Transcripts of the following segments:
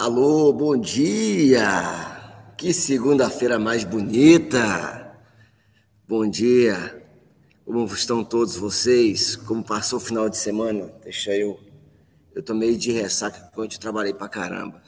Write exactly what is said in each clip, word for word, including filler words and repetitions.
Alô, bom dia! Que segunda-feira mais bonita! Bom dia! Como estão todos vocês? Como passou o final de semana? Deixa eu... Eu tô meio de ressaca, porque ontem eu trabalhei pra caramba.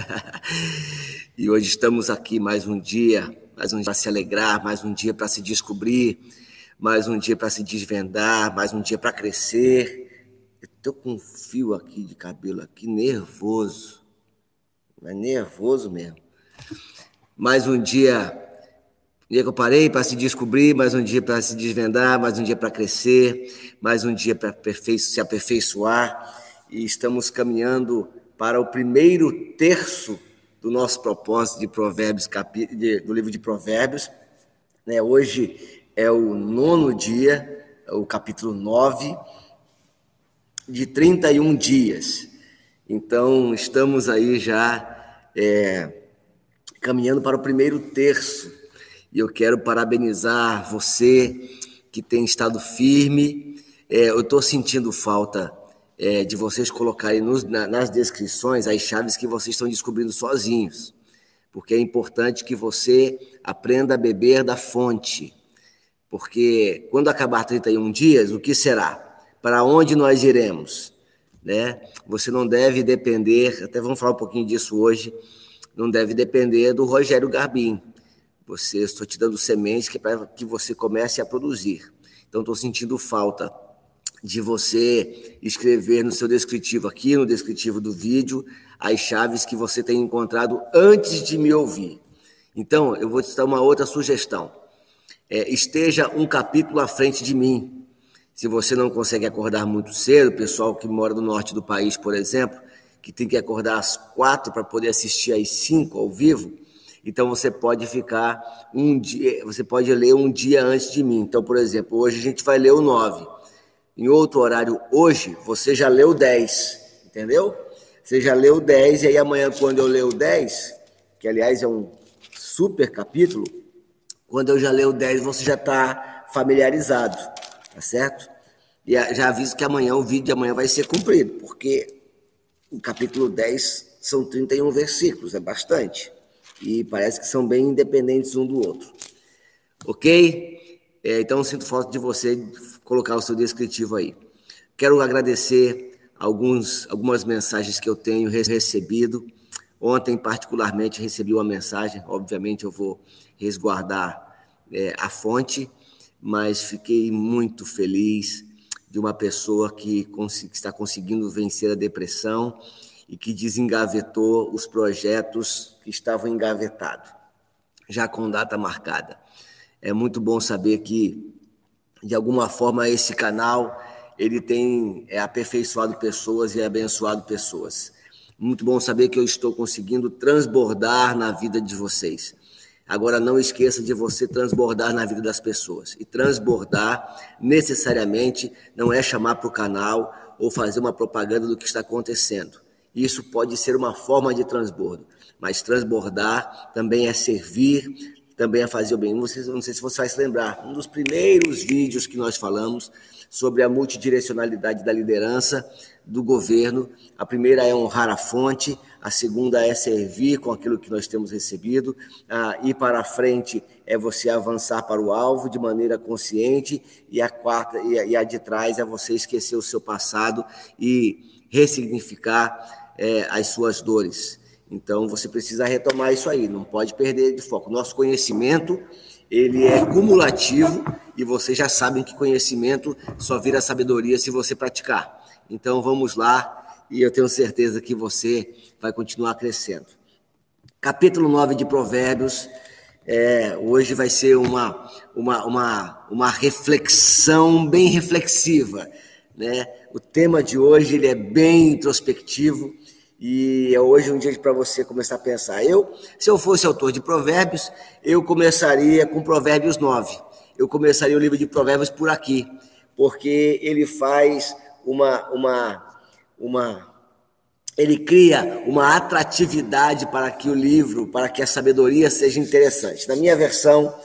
E hoje estamos aqui mais um dia, mais um dia para se alegrar, mais um dia para se descobrir, mais um dia para se desvendar, mais um dia para crescer. Eu tô com um fio aqui de cabelo aqui, nervoso. Mas nervoso mesmo. Mais um dia, um dia que eu parei para se descobrir, mais um dia para se desvendar, mais um dia para crescer, mais um dia para se aperfeiçoar. E estamos caminhando para o primeiro terço do nosso propósito de Provérbios, capi... de, do livro de Provérbios. Né? Hoje é o nono dia, o capítulo nove, de trinta e um dias. Então, estamos aí já é, caminhando para o primeiro terço. E eu quero parabenizar você que tem estado firme. É, eu estou sentindo falta é, de vocês colocarem nos, na, nas descrições as chaves que vocês estão descobrindo sozinhos. Porque é importante que você aprenda a beber da fonte. Porque quando acabar trinta e um dias, o que será? Para onde nós iremos? Né? Você não deve depender, até vamos falar um pouquinho disso hoje, não deve depender do Rogério Garbim. Você, estou te dando sementes que é para que você comece a produzir. Então, estou sentindo falta de você escrever no seu descritivo aqui, no descritivo do vídeo, as chaves que você tem encontrado antes de me ouvir. Então, eu vou te dar uma outra sugestão. É, esteja um capítulo à frente de mim. Se você não consegue acordar muito cedo, o pessoal que mora no norte do país, por exemplo, que tem que acordar às quatro para poder assistir às cinco ao vivo, então você pode ficar um dia, você pode ler um dia antes de mim. Então, por exemplo, hoje a gente vai ler o nove. Em outro horário, hoje, você já leu dez, entendeu? Você já leu dez, e aí amanhã, quando eu ler o dez, que aliás é um super capítulo, quando eu já ler o dez, você já está familiarizado. Tá certo? E já aviso que amanhã, o vídeo de amanhã vai ser cumprido, porque o capítulo dez são trinta e um versículos, é bastante. E parece que são bem independentes um do outro. Ok? É, então, sinto falta de você colocar o seu descritivo aí. Quero agradecer alguns, algumas mensagens que eu tenho recebido. Ontem, particularmente, recebi uma mensagem. Obviamente, eu vou resguardar é, a fonte, mas fiquei muito feliz de uma pessoa que, cons- que está conseguindo vencer a depressão e que desengavetou os projetos que estavam engavetados, já com data marcada. É muito bom saber que, de alguma forma, esse canal ele tem é, aperfeiçoado pessoas e abençoado pessoas. Muito bom saber que eu estou conseguindo transbordar na vida de vocês. Agora, não esqueça de você transbordar na vida das pessoas. E transbordar, necessariamente, não é chamar para o canal ou fazer uma propaganda do que está acontecendo. Isso pode ser uma forma de transbordo. Mas transbordar também é servir, também é fazer o bem. Não sei, não sei se você vai se lembrar, um dos primeiros vídeos que nós falamos sobre a multidirecionalidade da liderança do governo. A primeira é honrar a fonte, a segunda é servir com aquilo que nós temos recebido, ah, ir para a frente é você avançar para o alvo de maneira consciente, e a quarta, e a, e a de trás é você esquecer o seu passado e ressignificar é, as suas dores. Então, você precisa retomar isso aí, não pode perder de foco. Nosso conhecimento, ele é cumulativo, e vocês já sabem que conhecimento só vira sabedoria se você praticar. Então, vamos lá, e eu tenho certeza que você vai continuar crescendo. Capítulo nove de Provérbios, é, hoje vai ser uma, uma, uma, uma reflexão bem reflexiva, né? O tema de hoje ele é bem introspectivo, e é hoje um dia para você começar a pensar. Eu, se eu fosse autor de Provérbios, eu começaria com Provérbios nove. Eu começaria o livro de Provérbios por aqui, porque ele faz uma, uma, uma, ele cria uma atratividade para que o livro, para que a sabedoria seja interessante. Na minha versão,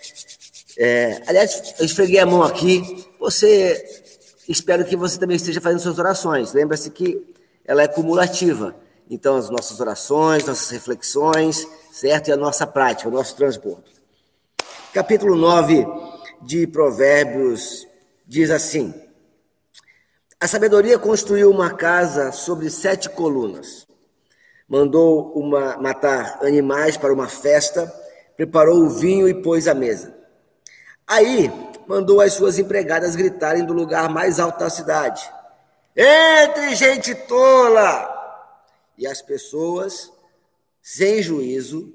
é, aliás, eu esfreguei a mão aqui, você, espero que você também esteja fazendo suas orações. Lembra-se que ela é cumulativa. então, as nossas orações, nossas reflexões, certo? E a nossa prática, o nosso transbordo. Capítulo nove de Provérbios diz assim: a sabedoria construiu uma casa sobre sete colunas, mandou uma, matar animais para uma festa, preparou o vinho e pôs à mesa. Aí mandou as suas empregadas gritarem do lugar mais alto da cidade: entre, gente tola! E as pessoas, sem juízo,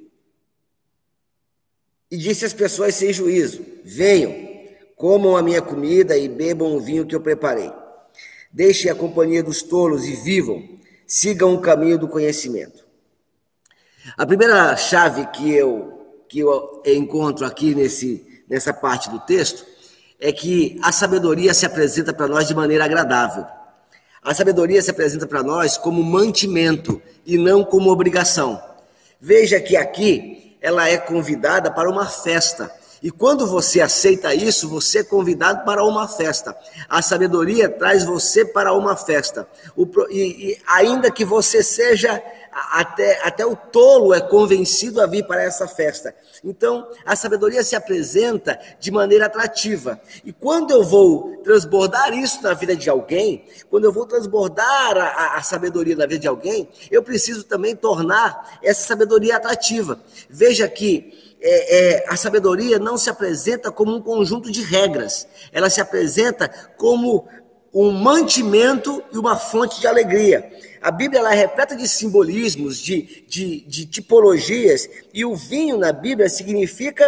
e disse às pessoas sem juízo: venham, comam a minha comida e bebam o vinho que eu preparei. Deixem a companhia dos tolos e vivam, sigam o caminho do conhecimento. A primeira chave que eu, que eu encontro aqui nesse, nessa parte do texto é que a sabedoria se apresenta para nós de maneira agradável. A sabedoria se apresenta para nós como mantimento e não como obrigação. Veja que aqui ela é convidada para uma festa. E quando você aceita isso, você é convidado para uma festa. A sabedoria traz você para uma festa. O, e, e ainda que você seja, até, até o tolo é convencido a vir para essa festa. Então, a sabedoria se apresenta de maneira atrativa. E quando eu vou transbordar isso na vida de alguém, quando eu vou transbordar a, a, a sabedoria na vida de alguém, eu preciso também tornar essa sabedoria atrativa. Veja que É, é, a sabedoria não se apresenta como um conjunto de regras, ela se apresenta como um mantimento e uma fonte de alegria. A Bíblia ela é repleta de simbolismos, de, de, de tipologias, e o vinho na Bíblia significa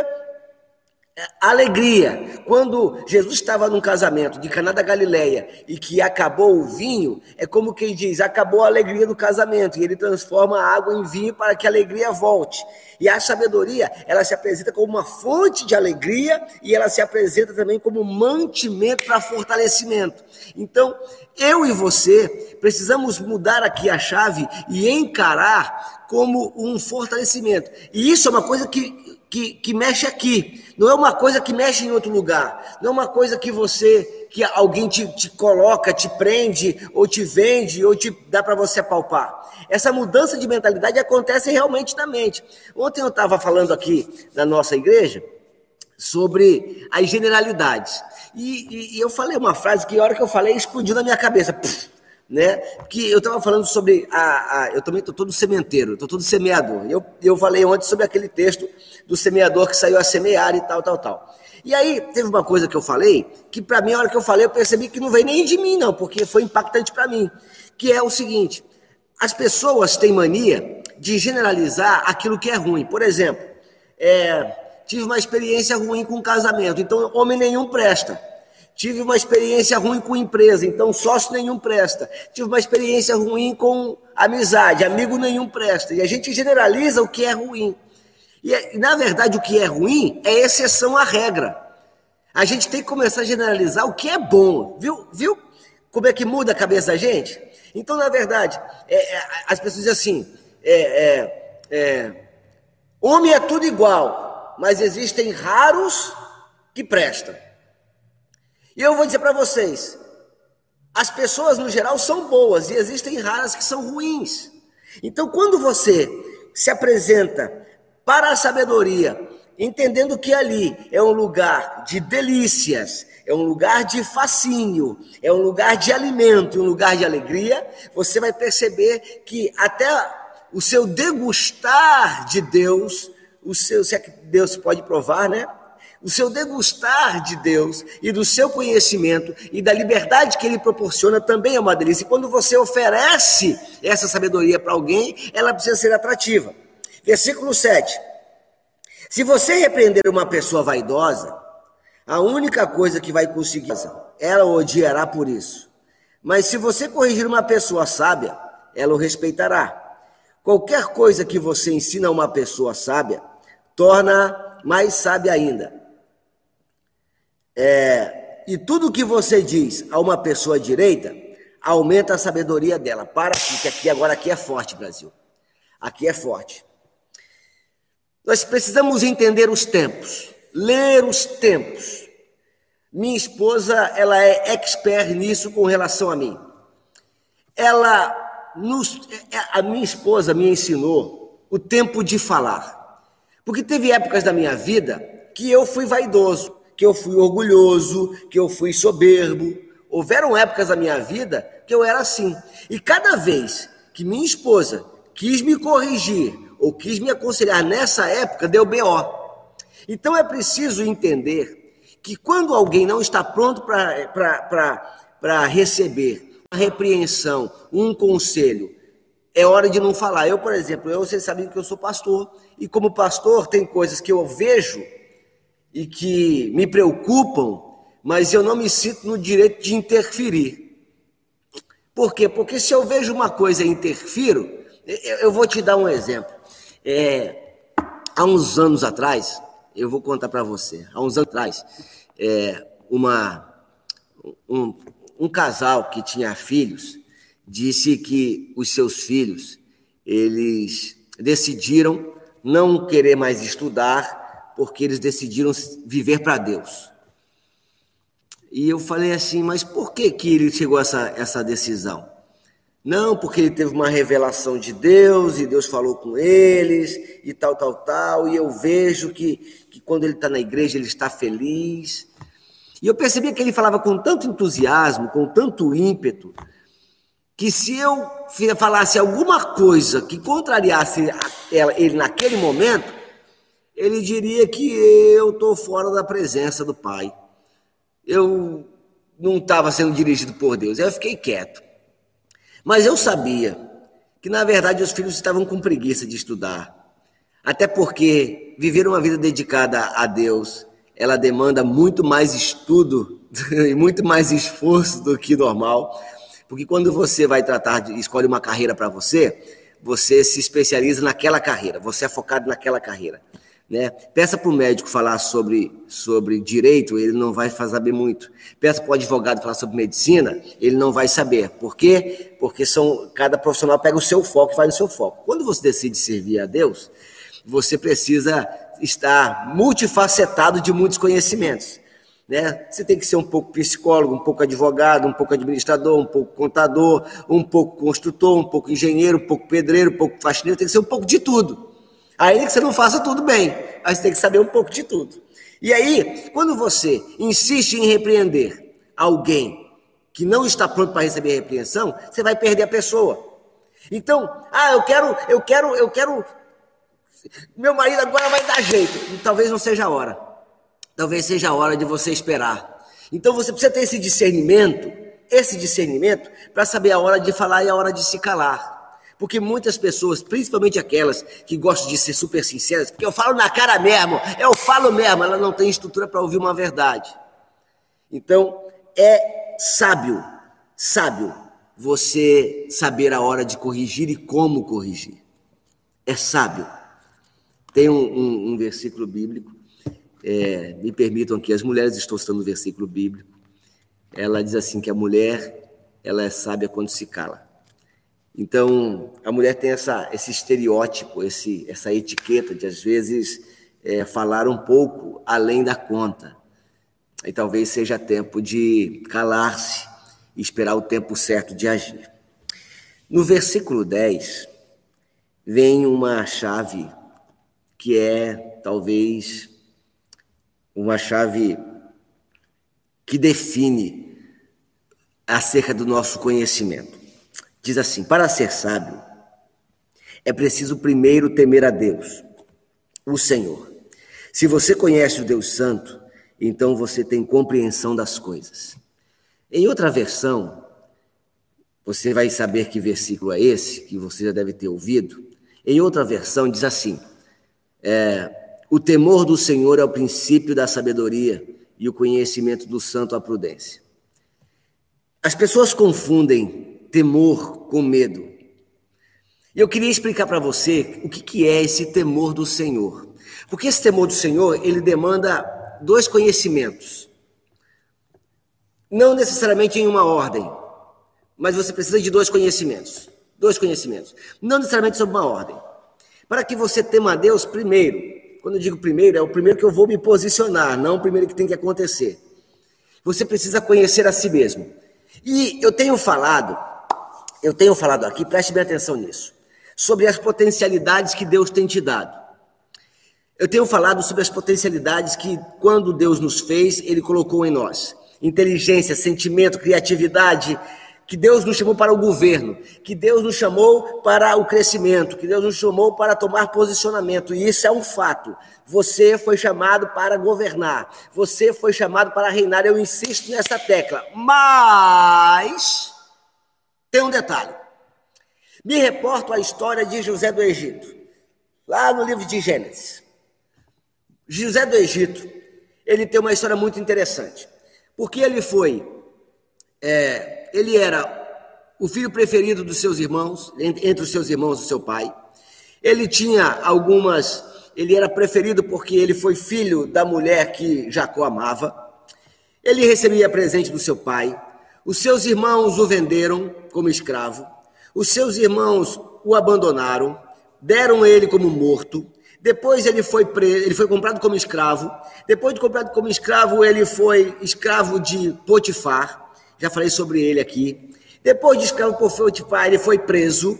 alegria. Quando Jesus estava num casamento de Caná da Galileia e que acabou o vinho, é como quem diz, acabou a alegria do casamento, e ele transforma a água em vinho para que a alegria volte. E a sabedoria, ela se apresenta como uma fonte de alegria e ela se apresenta também como mantimento para fortalecimento. Então, eu e você precisamos mudar aqui a chave e encarar como um fortalecimento. E isso é uma coisa que, que, que mexe aqui, não é uma coisa que mexe em outro lugar, não é uma coisa que você, que alguém te, te coloca, te prende, ou te vende, ou te dá para você apalpar. Essa mudança de mentalidade acontece realmente na mente. Ontem eu estava falando aqui na nossa igreja sobre as generalidades. E, e, e eu falei uma frase que a hora que eu falei explodiu na minha cabeça. Pff, né? Que eu estava falando sobre a, a eu também estou todo sementeiro, estou todo semeador. Eu, eu falei ontem sobre aquele texto do semeador que saiu a semear e tal, tal, tal. E aí teve uma coisa que eu falei, que para mim, a hora que eu falei, eu percebi que não veio nem de mim, não, porque foi impactante para mim, que é o seguinte: as pessoas têm mania de generalizar aquilo que é ruim. Por exemplo, é, tive uma experiência ruim com casamento, então homem nenhum presta. Tive uma experiência ruim com empresa, então sócio nenhum presta. Tive uma experiência ruim com amizade, amigo nenhum presta. E a gente generaliza o que é ruim. E, na verdade, o que é ruim é exceção à regra. A gente tem que começar a generalizar o que é bom. Viu, viu como é que muda a cabeça da gente? Então, na verdade, é, é, as pessoas dizem assim, é, é, é, homem é tudo igual, mas existem raros que prestam. E eu vou dizer para vocês, as pessoas no geral são boas e existem raras que são ruins. Então, quando você se apresenta para a sabedoria, entendendo que ali é um lugar de delícias, é um lugar de fascínio, é um lugar de alimento, um lugar de alegria, você vai perceber que até o seu degustar de Deus, o seu, se é que Deus pode provar, né? O seu degustar de Deus e do seu conhecimento e da liberdade que Ele proporciona também é uma delícia. E quando você oferece essa sabedoria para alguém, ela precisa ser atrativa. Versículo sete. Se você repreender uma pessoa vaidosa, a única coisa que vai conseguir, ela o odiará por isso. Mas se você corrigir uma pessoa sábia, ela o respeitará. Qualquer coisa que você ensina a uma pessoa sábia, torna mais sábia ainda. É, e tudo que você diz a uma pessoa direita, aumenta a sabedoria dela. Para aqui, que aqui agora aqui é forte, Brasil. Aqui é forte. Nós precisamos entender os tempos, ler os tempos. Minha esposa, ela é expert nisso com relação a mim. Ela nos, a minha esposa me ensinou o tempo de falar. Porque teve épocas da minha vida que eu fui vaidoso, que eu fui orgulhoso, que eu fui soberbo. Houveram épocas da minha vida que eu era assim. E cada vez que minha esposa quis me corrigir ou quis me aconselhar nessa época, deu B O. Então é preciso entender que quando alguém não está pronto para receber uma repreensão, um conselho, é hora de não falar. Eu, por exemplo, eu, vocês sabem que eu sou pastor, e como pastor tem coisas que eu vejo e que me preocupam, mas eu não me sinto no direito de interferir. Por quê? Porque se eu vejo uma coisa e interfiro, eu vou te dar um exemplo. É, há uns anos atrás, eu vou contar para você, há uns anos atrás, é, uma, um, um casal que tinha filhos disse que os seus filhos, eles decidiram não querer mais estudar porque eles decidiram viver para Deus. E eu falei assim, mas por que que ele chegou a essa, essa decisão? Não, porque ele teve uma revelação de Deus e Deus falou com eles e tal, tal, tal. E eu vejo que, que quando ele está na igreja ele está feliz. E eu percebi que ele falava com tanto entusiasmo, com tanto ímpeto, que se eu falasse alguma coisa que contrariasse ele naquele momento, ele diria que eu estou fora da presença do Pai. Eu não estava sendo dirigido por Deus. Aí eu fiquei quieto. Mas eu sabia que, na verdade, os filhos estavam com preguiça de estudar. Até porque viver uma vida dedicada a Deus, ela demanda muito mais estudo e muito mais esforço do que normal. Porque quando você vai tratar de escolhe uma carreira para você, você se especializa naquela carreira, você é focado naquela carreira. Né? Peça para o médico falar sobre, sobre direito, ele não vai saber muito. Peça para o advogado falar sobre medicina, ele não vai saber. Por quê? Porque são, cada profissional pega o seu foco e vai no seu foco. Quando você decide servir a Deus, você precisa estar multifacetado de muitos conhecimentos. Né? Você tem que ser um pouco psicólogo, um pouco advogado, um pouco administrador, um pouco contador, um pouco construtor, um pouco engenheiro, um pouco pedreiro, um pouco faxineiro, tem que ser um pouco de tudo. Ainda que você não faça tudo bem, mas você tem que saber um pouco de tudo. E aí, quando você insiste em repreender alguém que não está pronto para receber a repreensão, você vai perder a pessoa. Então, ah, eu quero, eu quero, eu quero, meu marido agora vai dar jeito. E talvez não seja a hora. Talvez seja a hora de você esperar. Então você precisa ter esse discernimento, esse discernimento, para saber a hora de falar e a hora de se calar. Porque muitas pessoas, principalmente aquelas que gostam de ser super sinceras, porque eu falo na cara mesmo, eu falo mesmo, ela não tem estrutura para ouvir uma verdade. Então, é sábio, sábio você saber a hora de corrigir e como corrigir. É sábio. Tem um, um, um versículo bíblico, é, me permitam aqui, as mulheres estão citando o versículo bíblico, ela diz assim que a mulher, ela é sábia quando se cala. Então, a mulher tem essa, esse estereótipo, esse, essa etiqueta de, às vezes, é, falar um pouco além da conta. E talvez seja tempo de calar-se e esperar o tempo certo de agir. No versículo dez, vem uma chave que é, talvez, uma chave que define acerca do nosso conhecimento. Diz assim, para ser sábio, é preciso primeiro temer a Deus, o Senhor. Se você conhece o Deus Santo, então você tem compreensão das coisas. Em outra versão, você vai saber que versículo é esse, que você já deve ter ouvido. Em outra versão diz assim, é, o temor do Senhor é o princípio da sabedoria e o conhecimento do santo a prudência. As pessoas confundem temor com medo. E eu queria explicar para você o que, que é esse temor do Senhor. Porque esse temor do Senhor, ele demanda dois conhecimentos. Não necessariamente em uma ordem, mas você precisa de dois conhecimentos. Dois conhecimentos. Não necessariamente sobre uma ordem. Para que você tema a Deus, primeiro, quando eu digo primeiro, é o primeiro que eu vou me posicionar, não o primeiro que tem que acontecer. Você precisa conhecer a si mesmo. E eu tenho falado eu tenho falado aqui, preste bem atenção nisso, sobre as potencialidades que Deus tem te dado. Eu tenho falado sobre as potencialidades que, quando Deus nos fez, Ele colocou em nós. Inteligência, sentimento, criatividade, que Deus nos chamou para o governo, que Deus nos chamou para o crescimento, que Deus nos chamou para tomar posicionamento, e isso é um fato. Você foi chamado para governar, você foi chamado para reinar, eu insisto nessa tecla, mas tem um detalhe. Me reporto à história de José do Egito, lá no livro de Gênesis. José do Egito, ele tem uma história muito interessante, porque ele foi, é, ele era o filho preferido dos seus irmãos, entre os seus irmãos do seu pai. Ele tinha algumas, ele era preferido porque ele foi filho da mulher que Jacó amava. Ele recebia presente do seu pai. Os seus irmãos o venderam como escravo. Os seus irmãos o abandonaram, deram ele como morto. Depois ele foi, preso, ele foi comprado como escravo. Depois de comprado como escravo, ele foi escravo de Potifar. Já falei sobre ele aqui. Depois de escravo por Potifar, ele foi preso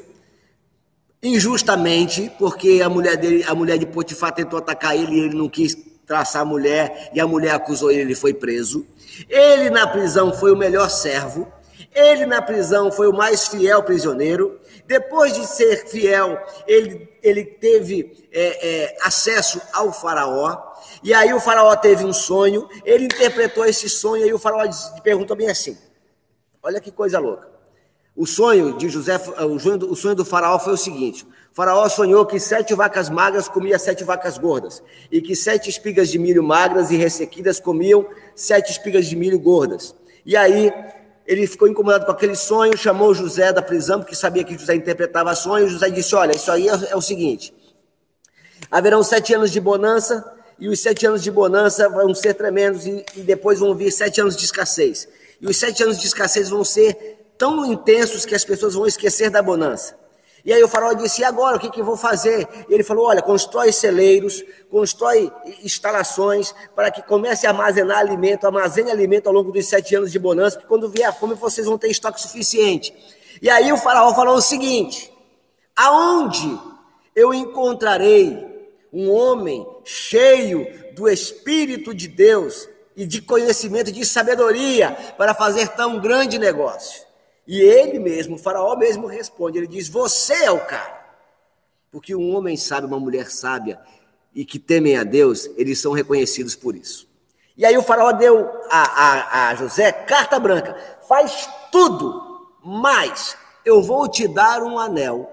injustamente, porque a mulher dele, a mulher de Potifar tentou atacar ele e ele não quis traçar a mulher, e a mulher acusou ele, ele foi preso. Ele na prisão foi o melhor servo. Ele na prisão foi o mais fiel prisioneiro. Depois de ser fiel, ele, ele teve é, é, acesso ao faraó. E aí o faraó teve um sonho, ele interpretou esse sonho, e o faraó perguntou bem assim, olha que coisa louca. O sonho de José, o sonho do, o sonho do faraó foi o seguinte, o faraó sonhou que sete vacas magras comiam sete vacas gordas, e que sete espigas de milho magras e ressequidas comiam sete espigas de milho gordas. E aí ele ficou incomodado com aquele sonho, chamou José da prisão, porque sabia que José interpretava sonhos. José disse, olha, isso aí é, é o seguinte, haverão sete anos de bonança, e os sete anos de bonança vão ser tremendos, e, e depois vão vir sete anos de escassez. E os sete anos de escassez vão ser tão intensos que as pessoas vão esquecer da bonança. E aí o faraó disse, e agora, o que, que eu vou fazer? E ele falou, olha, constrói celeiros, constrói instalações para que comece a armazenar alimento, armazene alimento ao longo dos sete anos de bonança, porque quando vier a fome vocês vão ter estoque suficiente. E aí o faraó falou o seguinte, aonde eu encontrarei um homem cheio do Espírito de Deus e de conhecimento, de sabedoria, para fazer tão grande negócio? E ele mesmo, o faraó mesmo responde, ele diz, você é o cara. Porque um homem sábio, uma mulher sábia e que temem a Deus, eles são reconhecidos por isso. E aí o faraó deu a, a, a José carta branca, faz tudo, mas eu vou te dar um anel,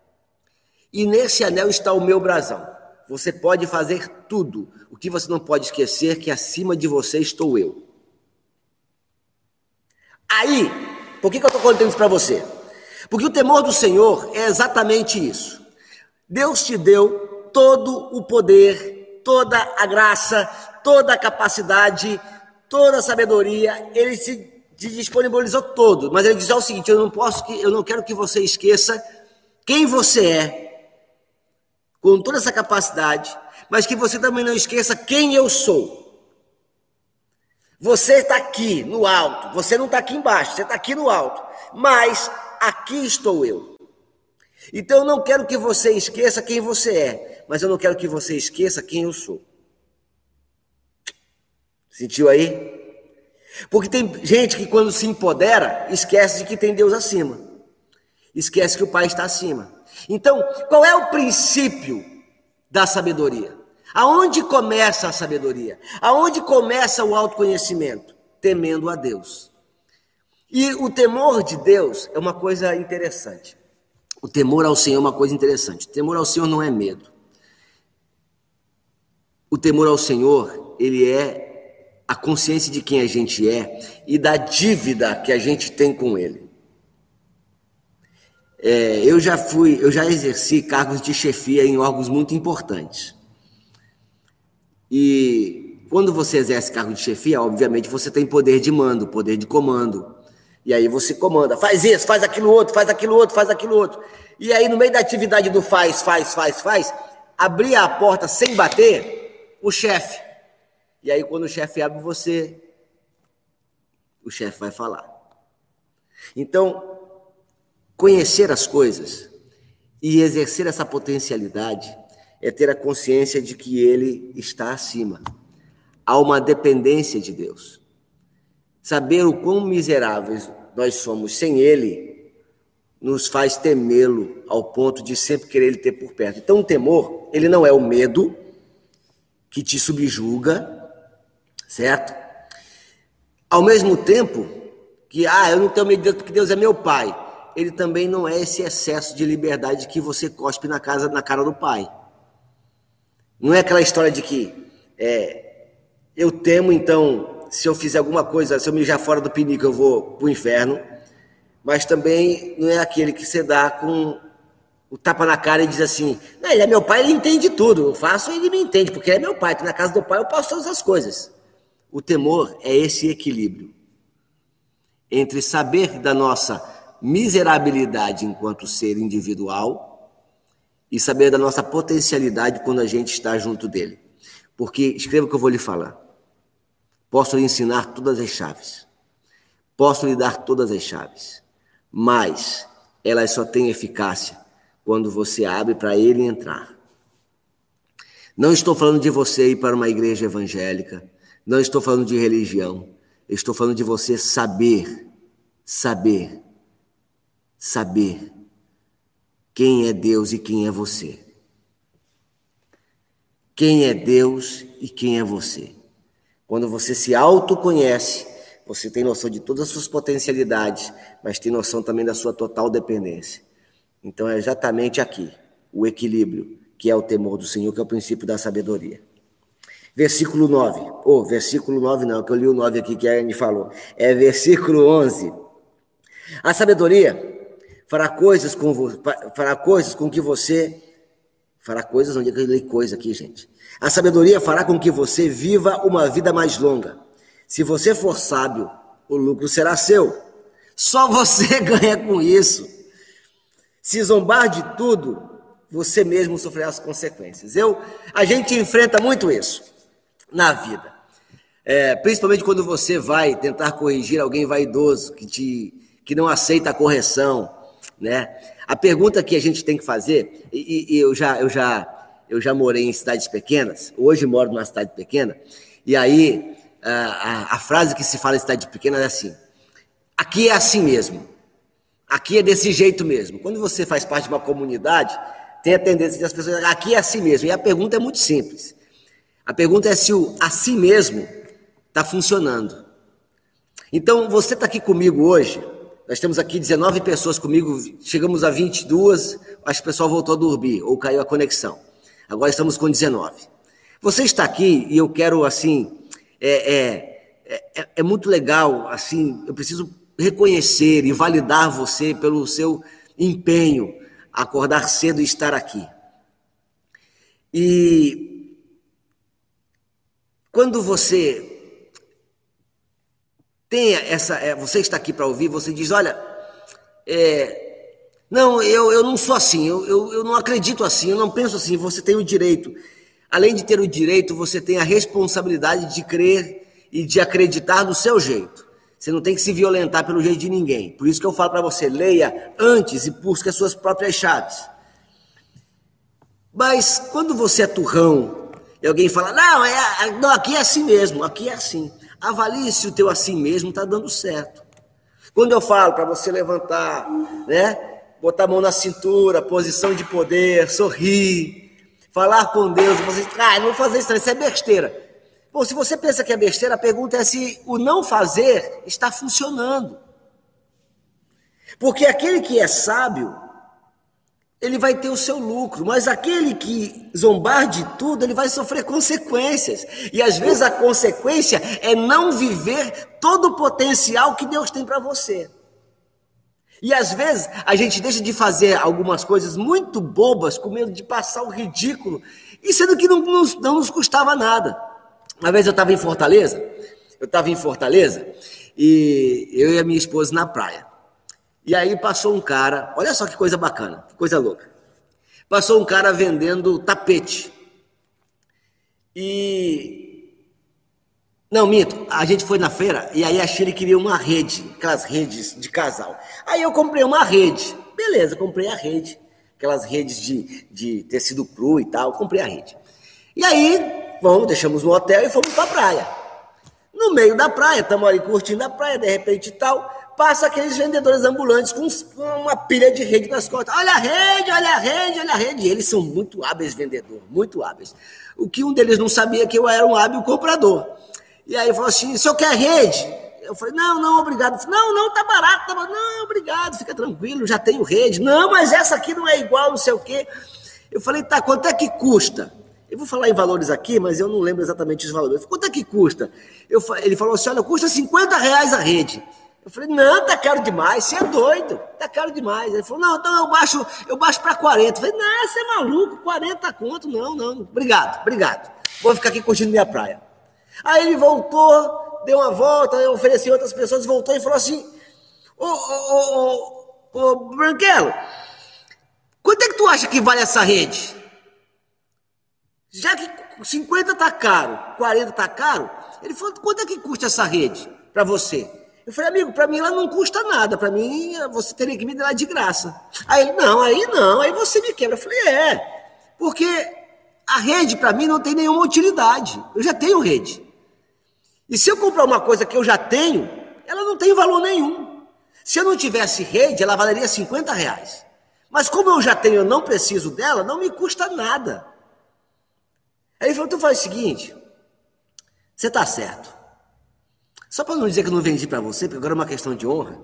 e nesse anel está o meu brasão. Você pode fazer tudo. O que você não pode esquecer é que acima de você estou eu. Aí, por que, que eu estou contando isso para você? Porque o temor do Senhor é exatamente isso. Deus te deu todo o poder, toda a graça, toda a capacidade, toda a sabedoria. Ele te, te disponibilizou todo. Mas ele diz o seguinte, eu não posso, eu não quero que você esqueça quem você é, com toda essa capacidade, mas que você também não esqueça quem eu sou. Você está aqui no alto, você não está aqui embaixo, você está aqui no alto, mas aqui estou eu. Então eu não quero que você esqueça quem você é, mas eu não quero que você esqueça quem eu sou. Sentiu aí? Porque tem gente que quando se empodera, esquece de que tem Deus acima. Esquece que o Pai está acima. Então, qual é o princípio da sabedoria? Aonde começa a sabedoria? Aonde começa o autoconhecimento? Temendo a Deus. E o temor de Deus é uma coisa interessante. O temor ao Senhor é uma coisa interessante. O temor ao Senhor não é medo. O temor ao Senhor, ele é a consciência de quem a gente é e da dívida que a gente tem com Ele. É, eu já fui, eu já exerci cargos de chefia em órgãos muito importantes. E quando você exerce cargo de chefia, obviamente você tem poder de mando, poder de comando. E aí você comanda, faz isso, faz aquilo outro, faz aquilo outro, faz aquilo outro. E aí no meio da atividade do faz, faz, faz, faz, abrir a porta sem bater, o chefe. E aí quando o chefe abre você, o chefe vai falar. Então, conhecer as coisas e exercer essa potencialidade é ter a consciência de que Ele está acima. Há uma dependência de Deus. Saber o quão miseráveis nós somos sem Ele nos faz temê-lo ao ponto de sempre querer Ele ter por perto. Então o temor, ele não é o medo que te subjuga, certo? Ao mesmo tempo que, ah, eu não tenho medo de Deus porque Deus é meu pai. Ele também não é esse excesso de liberdade que você cospe na, casa, na cara do pai. Não é aquela história de que é, eu temo, então, se eu fizer alguma coisa, se eu mijar fora do pinico, eu vou para o inferno. Mas também não é aquele que você dá com o tapa na cara e diz assim, não, ele é meu pai, ele entende tudo, eu faço e ele me entende, porque ele é meu pai, que na casa do pai eu posso todas as coisas. O temor é esse equilíbrio entre saber da nossa miserabilidade enquanto ser individual e saber da nossa potencialidade quando a gente está junto dele. Porque, escreva o que eu vou lhe falar, posso lhe ensinar todas as chaves, posso lhe dar todas as chaves, mas elas só têm eficácia quando você abre para ele entrar. Não estou falando de você ir para uma igreja evangélica, não estou falando de religião, eu estou falando de você saber, saber, saber quem é Deus e quem é você. Quem é Deus e quem é você. Quando você se autoconhece, você tem noção de todas as suas potencialidades, mas tem noção também da sua total dependência. Então é exatamente aqui, o equilíbrio, que é o temor do Senhor, que é o princípio da sabedoria. Versículo nove, ou oh, versículo nove não, que eu li o nove aqui que a Anne falou, é versículo onze. A sabedoria fará coisas com, vo, fará coisas com que você, fará coisas, onde é que eu li coisa aqui, gente? A sabedoria fará com que você viva uma vida mais longa. Se você for sábio, o lucro será seu. Só você ganha com isso. Se zombar de tudo, você mesmo sofrerá as consequências. Eu, a gente enfrenta muito isso na vida. É, principalmente quando você vai tentar corrigir alguém vaidoso, que, te, que não aceita a correção, né? A pergunta que a gente tem que fazer, e, e eu, já, eu, já, eu já morei em cidades pequenas, hoje moro numa cidade pequena, e aí a, a, a frase que se fala em cidade pequena é assim, aqui é assim mesmo, aqui é desse jeito mesmo. Quando você faz parte de uma comunidade, tem a tendência de as pessoas dizerem, aqui é assim mesmo, e a pergunta é muito simples. A pergunta é se o assim mesmo está funcionando. Então, você está aqui comigo hoje, nós temos aqui dezenove pessoas comigo, chegamos a vinte e duas, acho que o pessoal voltou a dormir, ou caiu a conexão. Agora estamos com dezenove. Você está aqui e eu quero, assim, é, é, é, é muito legal, assim, eu preciso reconhecer e validar você pelo seu empenho, acordar cedo e estar aqui. E quando você tem essa, é, você está aqui para ouvir, você diz, olha, é, não, eu, eu não sou assim, eu, eu, eu não acredito assim, eu não penso assim, você tem o direito. Além de ter o direito, você tem a responsabilidade de crer e de acreditar do seu jeito. Você não tem que se violentar pelo jeito de ninguém. Por isso que eu falo para você, leia antes e busque as suas próprias chaves. Mas quando você é turrão e alguém fala, não, é, não, aqui é assim mesmo, aqui é assim. Avalie se o teu assim mesmo está dando certo. Quando eu falo para você levantar, né, botar a mão na cintura, posição de poder, sorrir, falar com Deus, você diz, ah, não vou fazer isso, isso é besteira. Bom, se você pensa que é besteira, a pergunta é se o não fazer está funcionando. Porque aquele que é sábio, ele vai ter o seu lucro, mas aquele que zombar de tudo, ele vai sofrer consequências. E às vezes a consequência é não viver todo o potencial que Deus tem para você. E às vezes a gente deixa de fazer algumas coisas muito bobas, com medo de passar o ridículo, e sendo que não nos, não nos custava nada. Uma vez eu estava em Fortaleza, eu estava em Fortaleza, e eu e a minha esposa na praia. E aí passou um cara, olha só que coisa bacana, que coisa louca. Passou um cara vendendo tapete. E... Não, minto, a gente foi na feira e aí a Shirley queria uma rede, aquelas redes de casal. Aí eu comprei uma rede, beleza, comprei a rede, aquelas redes de, de tecido cru e tal, comprei a rede. E aí, vamos, deixamos no hotel e fomos pra praia. No meio da praia, estamos ali curtindo a praia, de repente e tal, passa aqueles vendedores ambulantes com uma pilha de rede nas costas. Olha a rede, olha a rede, olha a rede. E eles são muito hábeis vendedores, muito hábeis. O que um deles não sabia é que eu era um hábil comprador. E aí falou assim, o senhor quer rede? Eu falei, não, não, obrigado. Falei, não, não, tá barato, tá barato. Não, obrigado, fica tranquilo, já tenho rede. Não, mas essa aqui não é igual, não sei o quê. Eu falei, tá, quanto é que custa? Eu vou falar em valores aqui, mas eu não lembro exatamente os valores. Falei, quanto é que custa? Eu, ele falou assim, olha, custa cinquenta reais a rede. Eu falei, não, tá caro demais, você é doido, tá caro demais. Ele falou, não, então eu baixo, eu baixo para quarenta. Eu falei, não, você é maluco, quarenta conto, não, não, obrigado, obrigado. Vou ficar aqui curtindo minha praia. Aí ele voltou, deu uma volta, eu ofereci outras pessoas, voltou e falou assim, ô, ô, ô, ô, Branquelo, quanto é que tu acha que vale essa rede? Já que cinquenta tá caro, quarenta tá caro, ele falou, quanto é que custa essa rede para você? Eu falei, amigo, para mim ela não custa nada, para mim você teria que me dar de graça. Aí ele, não, aí não, aí você me quebra. Eu falei, é, porque a rede para mim não tem nenhuma utilidade, eu já tenho rede. E se eu comprar uma coisa que eu já tenho, ela não tem valor nenhum. Se eu não tivesse rede, ela valeria cinquenta reais. Mas como eu já tenho, eu não preciso dela, não me custa nada. Aí ele falou, então faz o seguinte, você tá certo. Só para não dizer que eu não vendi para você, porque agora é uma questão de honra,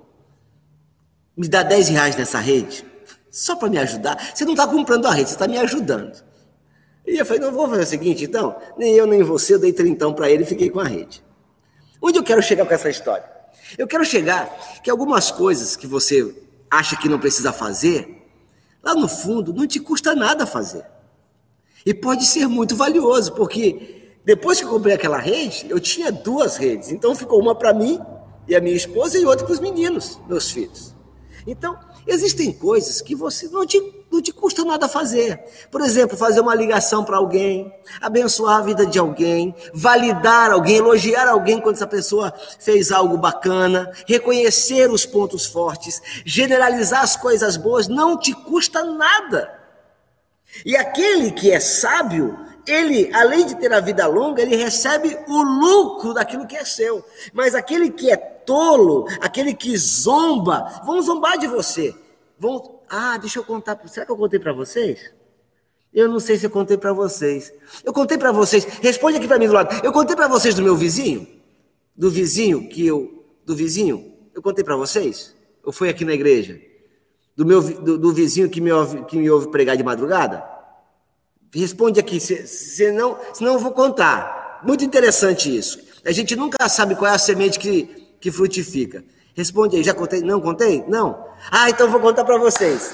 me dá dez reais nessa rede, só para me ajudar. Você não está comprando a rede, você está me ajudando. E eu falei, não, vou fazer o seguinte, então, nem eu nem você, eu dei trintão para ele e fiquei com a rede. Onde eu quero chegar com essa história? Eu quero chegar que algumas coisas que você acha que não precisa fazer, lá no fundo não te custa nada fazer. E pode ser muito valioso, porque depois que eu comprei aquela rede, eu tinha duas redes. Então ficou uma para mim e a minha esposa e outra para os meninos, meus filhos. Então, existem coisas que você não te, não te custa nada fazer. Por exemplo, fazer uma ligação para alguém, abençoar a vida de alguém, validar alguém, elogiar alguém quando essa pessoa fez algo bacana, reconhecer os pontos fortes, generalizar as coisas boas, não te custa nada. E aquele que é sábio, ele, além de ter a vida longa, ele recebe o lucro daquilo que é seu. Mas aquele que é tolo, aquele que zomba, vão zombar de você. Vão, ah, deixa eu contar, será que eu contei para vocês? Eu não sei se eu contei para vocês. Eu contei para vocês, responde aqui para mim do lado. Eu contei para vocês do meu vizinho? Do vizinho que eu, do vizinho? Eu contei para vocês? Ou foi aqui na igreja? Do, meu, do, do vizinho que me, ouve, que me ouve pregar de madrugada? Responde aqui, se, se não, senão eu vou contar. Muito interessante isso. A gente nunca sabe qual é a semente que, que frutifica. Responde aí, já contei? Não contei? Não? Ah, então eu vou contar para vocês.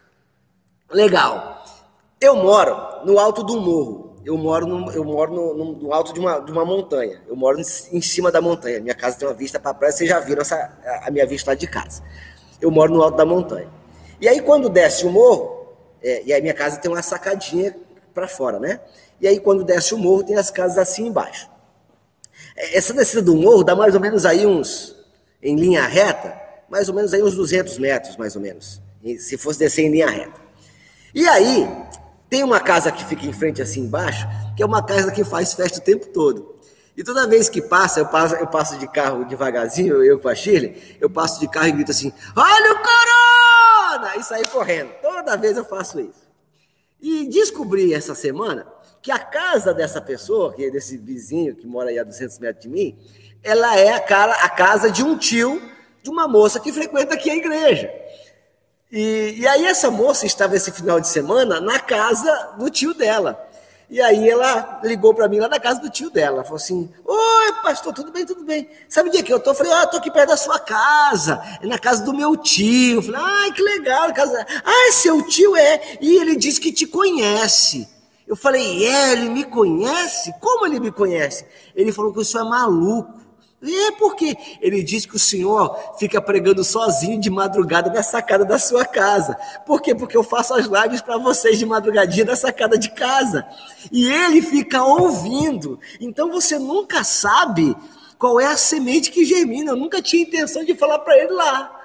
Legal. Eu moro no alto do morro. Eu moro no, eu moro no, no, no alto de uma, de uma montanha. Eu moro em, em cima da montanha. Minha casa tem uma vista para a praia. Vocês já viram essa, a minha vista lá de casa. Eu moro no alto da montanha. E aí, quando desce o morro, é, e aí minha casa tem uma sacadinha para fora, né? E aí, quando desce o morro, tem as casas assim embaixo. Essa descida do morro dá mais ou menos aí uns, em linha reta, mais ou menos aí uns duzentos metros, mais ou menos, se fosse descer em linha reta. E aí, tem uma casa que fica em frente assim embaixo, que é uma casa que faz festa o tempo todo. E toda vez que passa, eu passo, eu passo de carro devagarzinho, eu com a Shirley, eu passo de carro e grito assim, olha o corona! E saio correndo. Toda vez eu faço isso. E descobri essa semana que a casa dessa pessoa, que é desse vizinho que mora aí a duzentos metros de mim, ela é a, cara, a casa de um tio de uma moça que frequenta aqui a igreja. E, e aí essa moça estava esse final de semana na casa do tio dela. E aí ela ligou para mim lá na casa do tio dela. Ela falou assim, oi, pastor, tudo bem, tudo bem. Sabe onde é que eu tô? Eu falei, ah, eu tô aqui perto da sua casa. É na casa do meu tio. Eu falei, ai, que legal. Casa... Ah, seu tio é. E ele disse que te conhece. Eu falei, é, ele me conhece? Como ele me conhece? Ele falou que o senhor é maluco. E é porque ele diz que o senhor fica pregando sozinho de madrugada na sacada da sua casa. Por quê? Porque eu faço as lives para vocês de madrugadinha na sacada de casa. E ele fica ouvindo. Então você nunca sabe qual é a semente que germina. Eu nunca tinha intenção de falar para ele lá.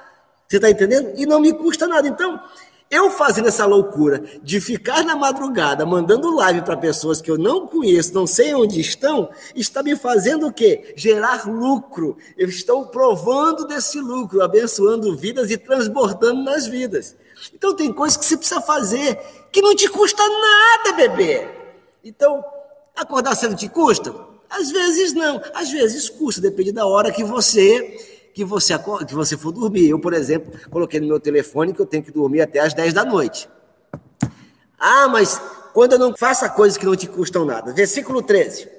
Você está entendendo? E não me custa nada. Então, eu fazendo essa loucura de ficar na madrugada mandando live para pessoas que eu não conheço, não sei onde estão, está me fazendo o quê? Gerar lucro. Eu estou provando desse lucro, abençoando vidas e transbordando nas vidas. Então tem coisas que você precisa fazer que não te custa nada, bebê. Então, acordar cedo te custa? Às vezes não, às vezes custa, depende da hora que você... Que você, que você for dormir. Eu, por exemplo, coloquei no meu telefone que eu tenho que dormir até às dez da noite. Ah, mas quando eu não faço coisas que não te custam nada. Versículo treze.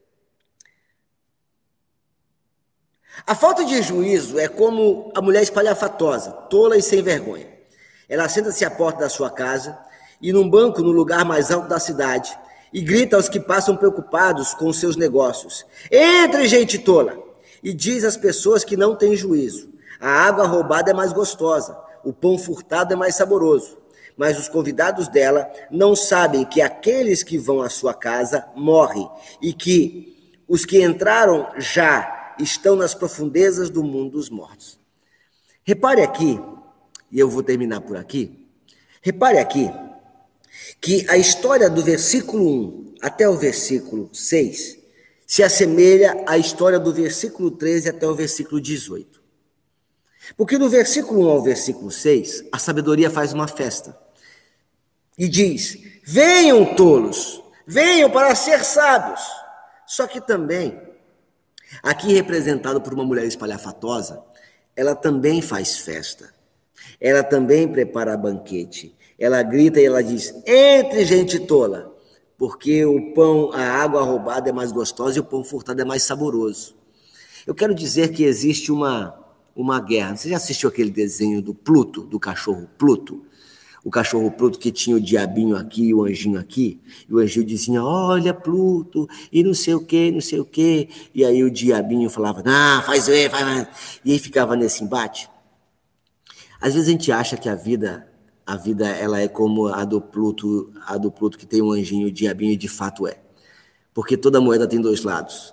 A falta de juízo é como a mulher espalhafatosa, tola e sem vergonha. Ela senta-se à porta da sua casa e num banco no lugar mais alto da cidade e grita aos que passam preocupados com os seus negócios. Entre, gente tola! E diz às pessoas que não têm juízo: a água roubada é mais gostosa, o pão furtado é mais saboroso. Mas os convidados dela não sabem que aqueles que vão à sua casa morrem e que os que entraram já estão nas profundezas do mundo dos mortos. Repare aqui, e eu vou terminar por aqui, repare aqui que a história do versículo um até o versículo seis se assemelha à história do versículo treze até o versículo dezoito. Porque do versículo um ao versículo seis, a sabedoria faz uma festa. E diz: venham tolos, venham para ser sábios. Só que também, aqui representado por uma mulher espalhafatosa, ela também faz festa. Ela também prepara banquete. Ela grita e ela diz: entre, gente tola. Porque o pão, a água roubada é mais gostosa e o pão furtado é mais saboroso. Eu quero dizer que existe uma, uma guerra. Você já assistiu aquele desenho do Pluto, do cachorro Pluto? O cachorro Pluto que tinha o diabinho aqui e o anjinho aqui. E o anjinho dizia: olha, Pluto, e não sei o quê, não sei o quê. E aí o diabinho falava: não, faz ver, faz ver. E aí ficava nesse embate. Às vezes a gente acha que a vida... A vida, ela é como a do Pluto, a do Pluto que tem um anjinho, o diabinho, e de fato é. Porque toda moeda tem dois lados.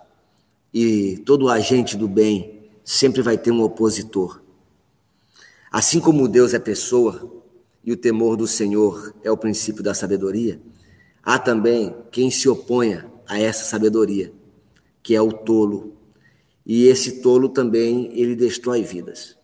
E todo agente do bem sempre vai ter um opositor. Assim como Deus é pessoa e o temor do Senhor é o princípio da sabedoria, há também quem se oponha a essa sabedoria, que é o tolo. E esse tolo também, ele destrói vidas.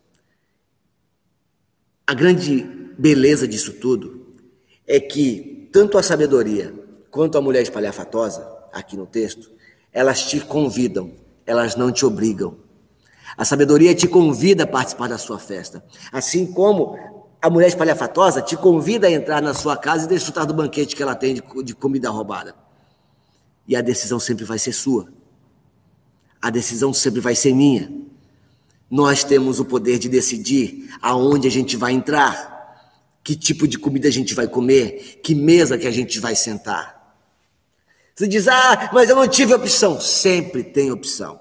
A grande beleza disso tudo é que tanto a sabedoria quanto a mulher espalhafatosa, aqui no texto, elas te convidam, elas não te obrigam. A sabedoria te convida a participar da sua festa, assim como a mulher espalhafatosa te convida a entrar na sua casa e desfrutar do banquete que ela tem de, de comida roubada. E a decisão sempre vai ser sua. A decisão sempre vai ser minha. Nós temos o poder de decidir aonde a gente vai entrar, que tipo de comida a gente vai comer, que mesa que a gente vai sentar. Você diz: ah, mas eu não tive opção. Sempre tem opção.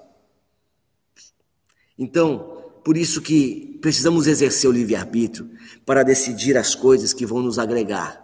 Então, por isso que precisamos exercer o livre-arbítrio para decidir as coisas que vão nos agregar.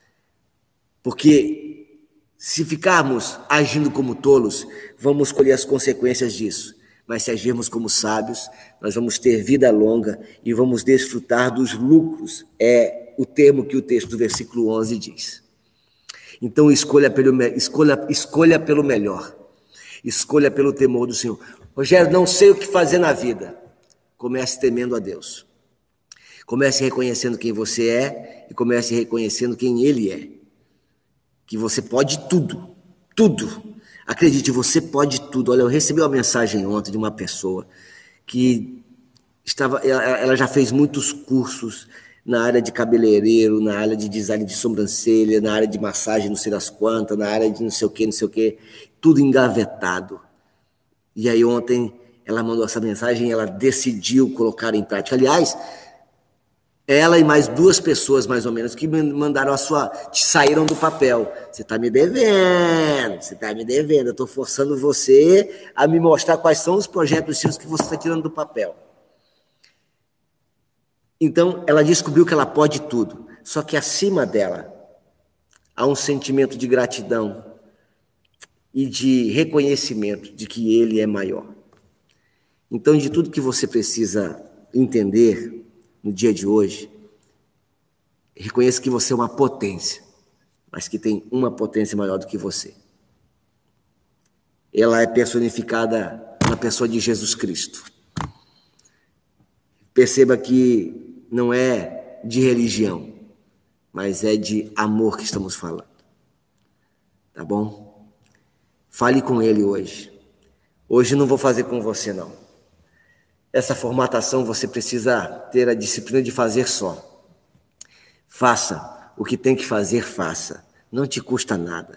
Porque se ficarmos agindo como tolos, vamos colher as consequências disso. Mas se agirmos como sábios, nós vamos ter vida longa e vamos desfrutar dos lucros. É o termo que o texto do versículo onze diz. Então escolha pelo, escolha, escolha pelo melhor. Escolha pelo temor do Senhor. Rogério, não sei o que fazer na vida. Comece temendo a Deus. Comece reconhecendo quem você é e comece reconhecendo quem Ele é. Que você pode tudo, tudo. Acredite, você pode tudo. Olha, eu recebi uma mensagem ontem de uma pessoa que estava, ela, ela já fez muitos cursos na área de cabeleireiro, na área de design de sobrancelha, na área de massagem, não sei das quantas, na área de não sei o que, não sei o que, tudo engavetado. E aí ontem ela mandou essa mensagem e ela decidiu colocar em prática. Aliás, ela e mais duas pessoas, mais ou menos, que mandaram a sua... saíram do papel. Você está me devendo, você está me devendo. Eu estou forçando você a me mostrar quais são os projetos seus que você está tirando do papel. Então, ela descobriu que ela pode tudo. Só que acima dela há um sentimento de gratidão e de reconhecimento de que Ele é maior. Então, de tudo que você precisa entender, no dia de hoje, reconheça que você é uma potência, mas que tem uma potência maior do que você. Ela é personificada na pessoa de Jesus Cristo. Perceba que não é de religião, mas é de amor que estamos falando. Tá bom? Fale com ele hoje. Hoje não vou fazer com você, não. Essa formatação você precisa ter a disciplina de fazer só. Faça o que tem que fazer, faça. Não te custa nada.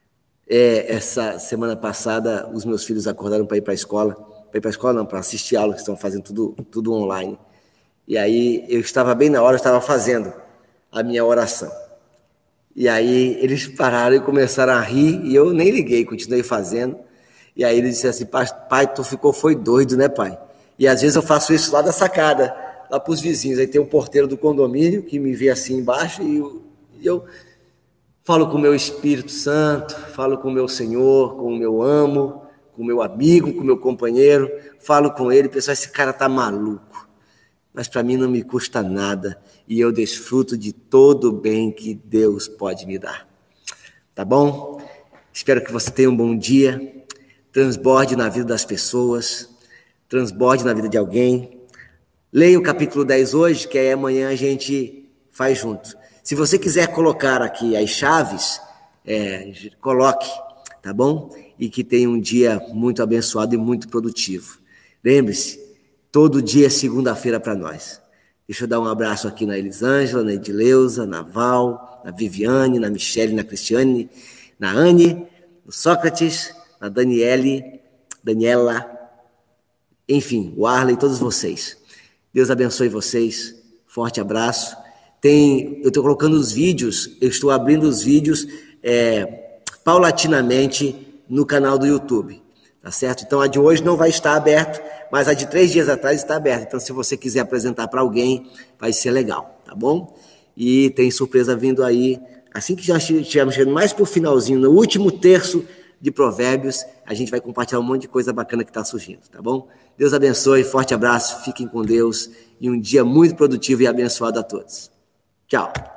É, essa semana passada, os meus filhos acordaram para ir para a escola. Para ir para a escola não, para assistir aula, que estão fazendo tudo, tudo online. E aí eu estava bem na hora, eu estava fazendo a minha oração. E aí eles pararam e começaram a rir, e eu nem liguei, continuei fazendo. E aí eles disseram assim, pai, tu ficou, foi doido, né, pai? E às vezes eu faço isso lá da sacada, lá para os vizinhos. Aí tem um porteiro do condomínio que me vê assim embaixo e eu, e eu falo com o meu Espírito Santo, falo com o meu Senhor, com o meu amo, com o meu amigo, com o meu companheiro. Falo com ele, pessoal, esse cara tá maluco. Mas para mim não me custa nada e eu desfruto de todo o bem que Deus pode me dar. Tá bom? Espero que você tenha um bom dia, transborde na vida das pessoas, transborde na vida de alguém. Leia o capítulo dez hoje, que aí amanhã a gente faz junto. Se você quiser colocar aqui as chaves, é, coloque, tá bom? E que tenha um dia muito abençoado e muito produtivo. Lembre-se, todo dia é segunda-feira para nós. Deixa eu dar um abraço aqui na Elisângela, na Edileuza, na Val, na Viviane, na Michele, na Cristiane, na Anne, no Sócrates, na Daniele, Daniela, enfim, o Arley, todos vocês. Deus abençoe vocês. Forte abraço. Tem, eu estou colocando os vídeos, eu estou abrindo os vídeos é, paulatinamente no canal do YouTube. Tá certo? Então a de hoje não vai estar aberta, mas a de três dias atrás está aberta. Então se você quiser apresentar para alguém, vai ser legal, tá bom? E tem surpresa vindo aí. Assim que já estivermos chegando mais para o finalzinho, no último terço de Provérbios, a gente vai compartilhar um monte de coisa bacana que está surgindo, tá bom? Deus abençoe, forte abraço, fiquem com Deus e um dia muito produtivo e abençoado a todos. Tchau!